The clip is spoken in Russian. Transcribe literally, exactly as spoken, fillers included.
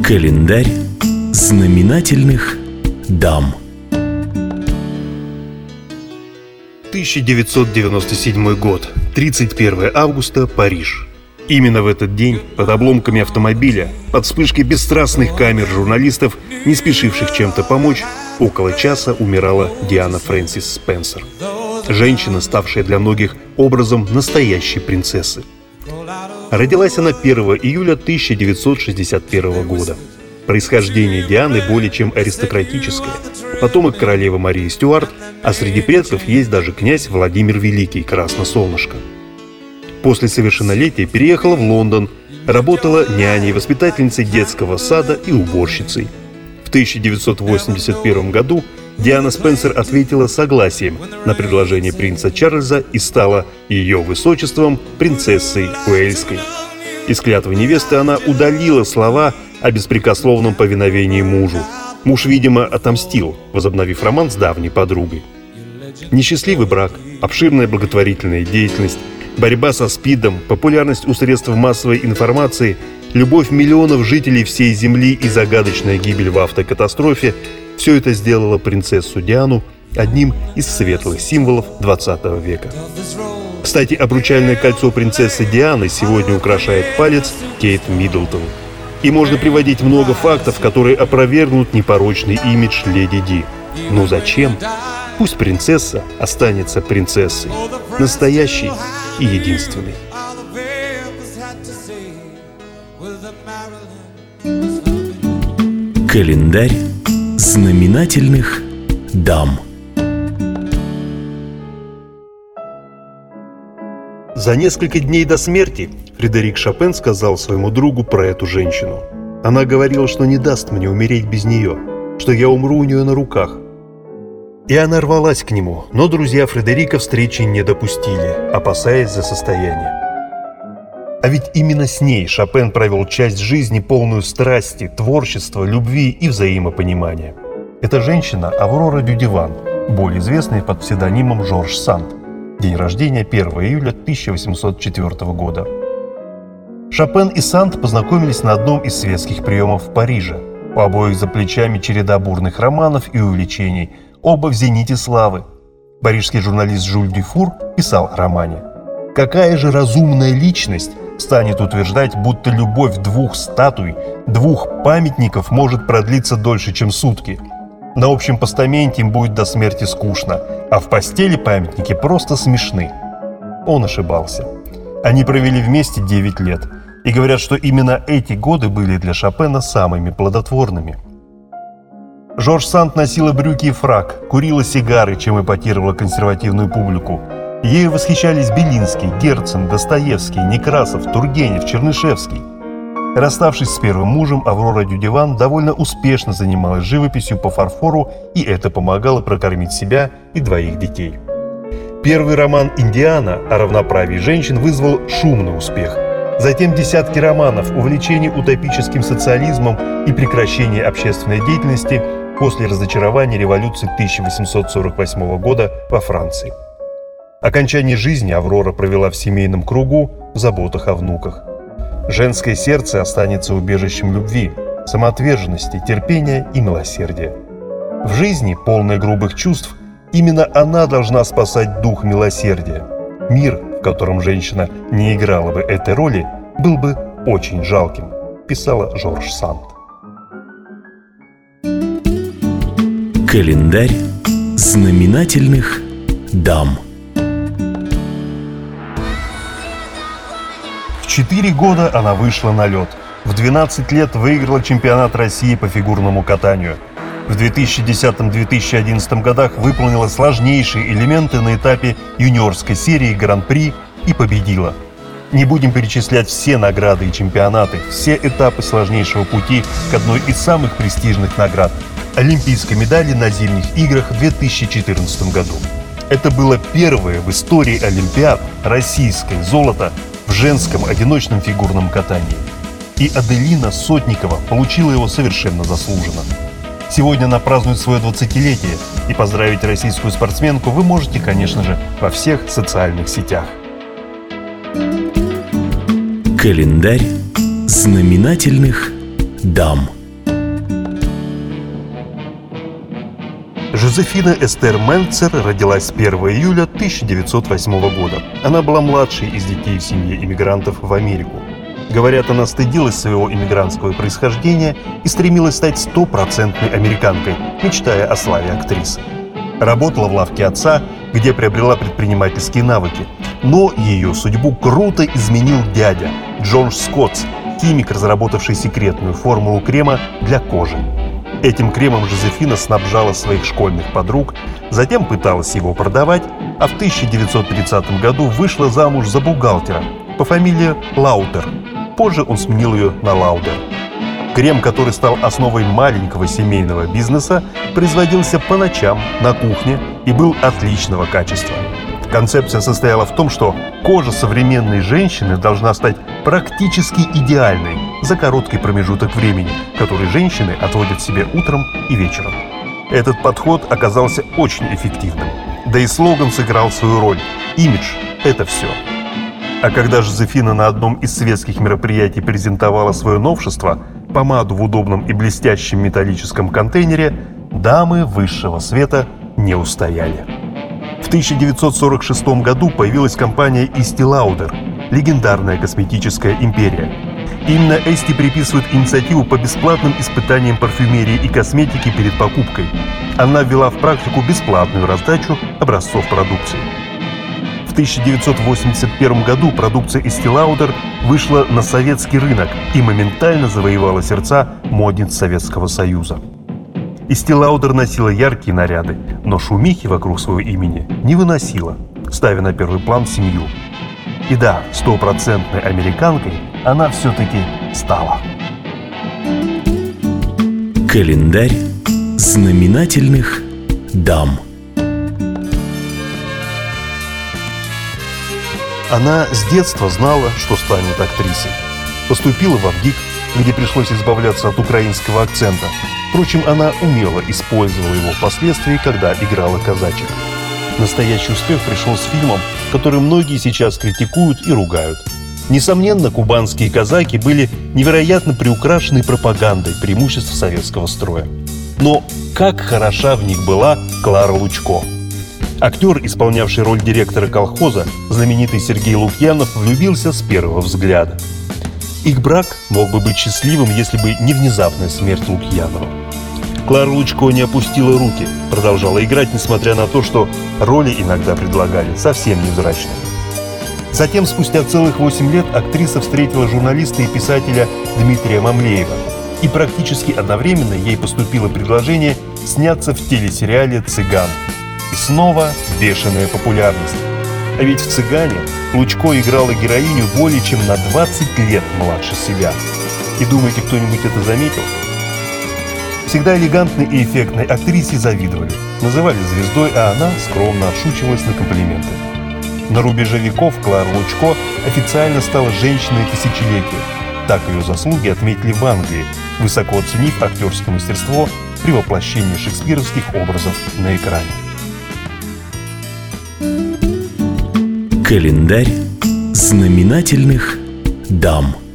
Календарь знаменательных дам. тысяча девятьсот девяносто седьмой год, тридцать первое августа, Париж. Именно в этот день под обломками автомобиля, под вспышкой бесстрастных камер журналистов, не спешивших чем-то помочь, около часа умирала Диана Фрэнсис Спенсер. Женщина, ставшая для многих образом настоящей принцессы. Родилась она первого июля тысяча девятьсот шестьдесят первого года. Происхождение Дианы более чем аристократическое. Потомок королевы Марии Стюарт, а среди предков есть даже князь Владимир Великий, Красносолнышко. После совершеннолетия переехала в Лондон, работала няней, воспитательницей детского сада и уборщицей. В тысяча девятьсот восемьдесят первом году Диана Спенсер ответила согласием на предложение принца Чарльза и стала ее высочеством принцессой Уэльской. Из клятвы невесты она удалила слова о беспрекословном повиновении мужу. Муж, видимо, отомстил, возобновив роман с давней подругой. Несчастливый брак, обширная благотворительная деятельность, борьба со СПИДом, популярность у средств массовой информации, любовь миллионов жителей всей Земли и загадочная гибель в автокатастрофе – все это сделало принцессу Диану одним из светлых символов двадцатого века. Кстати, обручальное кольцо принцессы Дианы сегодня украшает палец Кейт Миддлтон. И можно приводить много фактов, которые опровергнут непорочный имидж леди Ди. Но зачем? Пусть принцесса останется принцессой, настоящей и единственной. Календарь знаменательных дам. За несколько дней до смерти Фредерик Шопен сказал своему другу про эту женщину. Она говорила, что не даст мне умереть без нее, что я умру у нее на руках. И она рвалась к нему, но друзья Фредерика встречи не допустили, опасаясь за состояние. А ведь именно с ней Шопен провел часть жизни, полную страсти, творчества, любви и взаимопонимания. Эта женщина – Аврора Дюдиван, более известная под псевдонимом Жорж Санд. День рождения первого июля тысяча восемьсот четвёртого года. Шопен и Санд познакомились на одном из светских приемов в Париже. У обоих за плечами череда бурных романов и увлечений, оба в зените славы. Парижский журналист Жюль Дюфур писал о романе. Какая же разумная личность станет утверждать, будто любовь двух статуй, двух памятников может продлиться дольше, чем сутки? На общем постаменте им будет до смерти скучно, а в постели памятники просто смешны. Он ошибался. Они провели вместе девять лет, и говорят, что именно эти годы были для Шопена самыми плодотворными. Жорж Санд носила брюки и фрак, курила сигары, чем эпатировала консервативную публику. Ею восхищались Белинский, Герцен, Достоевский, Некрасов, Тургенев, Чернышевский. Расставшись с первым мужем, Аврора Дюдиван довольно успешно занималась живописью по фарфору, и это помогало прокормить себя и двоих детей. Первый роман «Индиана» о равноправии женщин вызвал шумный успех. Затем десятки романов, увлечение утопическим социализмом и прекращение общественной деятельности после разочарования революции тысяча восемьсот сорок восьмого года во Франции. Окончание жизни Аврора провела в семейном кругу, в заботах о внуках. Женское сердце останется убежищем любви, самоотверженности, терпения и милосердия. В жизни, полной грубых чувств, именно она должна спасать дух милосердия. Мир, в котором женщина не играла бы этой роли, был бы очень жалким, писала Жорж Санд. Календарь знаменательных дам. В четыре года она вышла на лед. В двенадцать лет выиграла чемпионат России по фигурному катанию. В две тысячи десятом — две тысячи одиннадцатом годах выполнила сложнейшие элементы на этапе юниорской серии Гран-при и победила. Не будем перечислять все награды и чемпионаты, все этапы сложнейшего пути к одной из самых престижных наград – олимпийской медали на зимних играх в две тысячи четырнадцатом году. Это было первое в истории Олимпиад российское золото в женском одиночном фигурном катании. И Аделина Сотникова получила его совершенно заслуженно. Сегодня она празднует свое двадцатилетие, и поздравить российскую спортсменку вы можете, конечно же, во всех социальных сетях. Календарь знаменательных дам. Жозефина Эстер Мельцер родилась первого июля тысяча девятьсот восьмого года. Она была младшей из детей в семье иммигрантов в Америку. Говорят, она стыдилась своего иммигрантского происхождения и стремилась стать стопроцентной американкой, мечтая о славе актрисы. Работала в лавке отца, где приобрела предпринимательские навыки. Но ее судьбу круто изменил дядя Джордж Скоттс, химик, разработавший секретную формулу крема для кожи. Этим кремом Жозефина снабжала своих школьных подруг, затем пыталась его продавать, а в тысяча девятьсот тридцатом году вышла замуж за бухгалтера по фамилии Лаудер. Позже он сменил ее на Лаудер. Крем, который стал основой маленького семейного бизнеса, производился по ночам на кухне и был отличного качества. Концепция состояла в том, что кожа современной женщины должна стать практически идеальной за короткий промежуток времени, который женщины отводят себе утром и вечером. Этот подход оказался очень эффективным. Да и слоган сыграл свою роль. Имидж – это все. А когда Жозефина на одном из светских мероприятий презентовала свое новшество – помаду в удобном и блестящем металлическом контейнере, дамы высшего света не устояли. В тысяча девятьсот сорок шестом году появилась компания Estee Lauder – легендарная косметическая империя. Именно Эсти приписывает инициативу по бесплатным испытаниям парфюмерии и косметики перед покупкой. Она ввела в практику бесплатную раздачу образцов продукции. В тысяча девятьсот восемьдесят первом году продукция Estee Lauder вышла на советский рынок и моментально завоевала сердца модниц Советского Союза. Estee Lauder носила яркие наряды, но шумихи вокруг своего имени не выносила, ставя на первый план семью. И да, стопроцентной американкой она все-таки стала. Календарь знаменательных дам. Она с детства знала, что станет актрисой. Поступила в ВГИК, где пришлось избавляться от украинского акцента. Впрочем, она умело использовала его впоследствии, когда играла казачек. Настоящий успех пришел с фильмом, который многие сейчас критикуют и ругают. Несомненно, кубанские казаки были невероятно приукрашены пропагандой преимуществ советского строя. Но как хороша в них была Клара Лучко. Актер, исполнявший роль директора колхоза, знаменитый Сергей Лукьянов, влюбился с первого взгляда. Их брак мог бы быть счастливым, если бы не внезапная смерть Лукьянова. Клара Лучко не опустила руки, продолжала играть, несмотря на то, что роли иногда предлагали совсем невзрачные. Затем, спустя целых восемь лет, актриса встретила журналиста и писателя Дмитрия Мамлеева. И практически одновременно ей поступило предложение сняться в телесериале «Цыган». И снова бешеная популярность. А ведь в «Цыгане» Лучко играла героиню более чем на двадцать лет младше себя. И думаете, кто-нибудь это заметил? Всегда элегантной и эффектной актрисе завидовали, называли звездой, а она скромно отшучивалась на комплименты. На рубеже веков Клара Лучко официально стала женщиной тысячелетия. Так ее заслуги отметили в Англии, высоко оценив актерское мастерство при воплощении шекспировских образов на экране. Календарь знаменательных дам.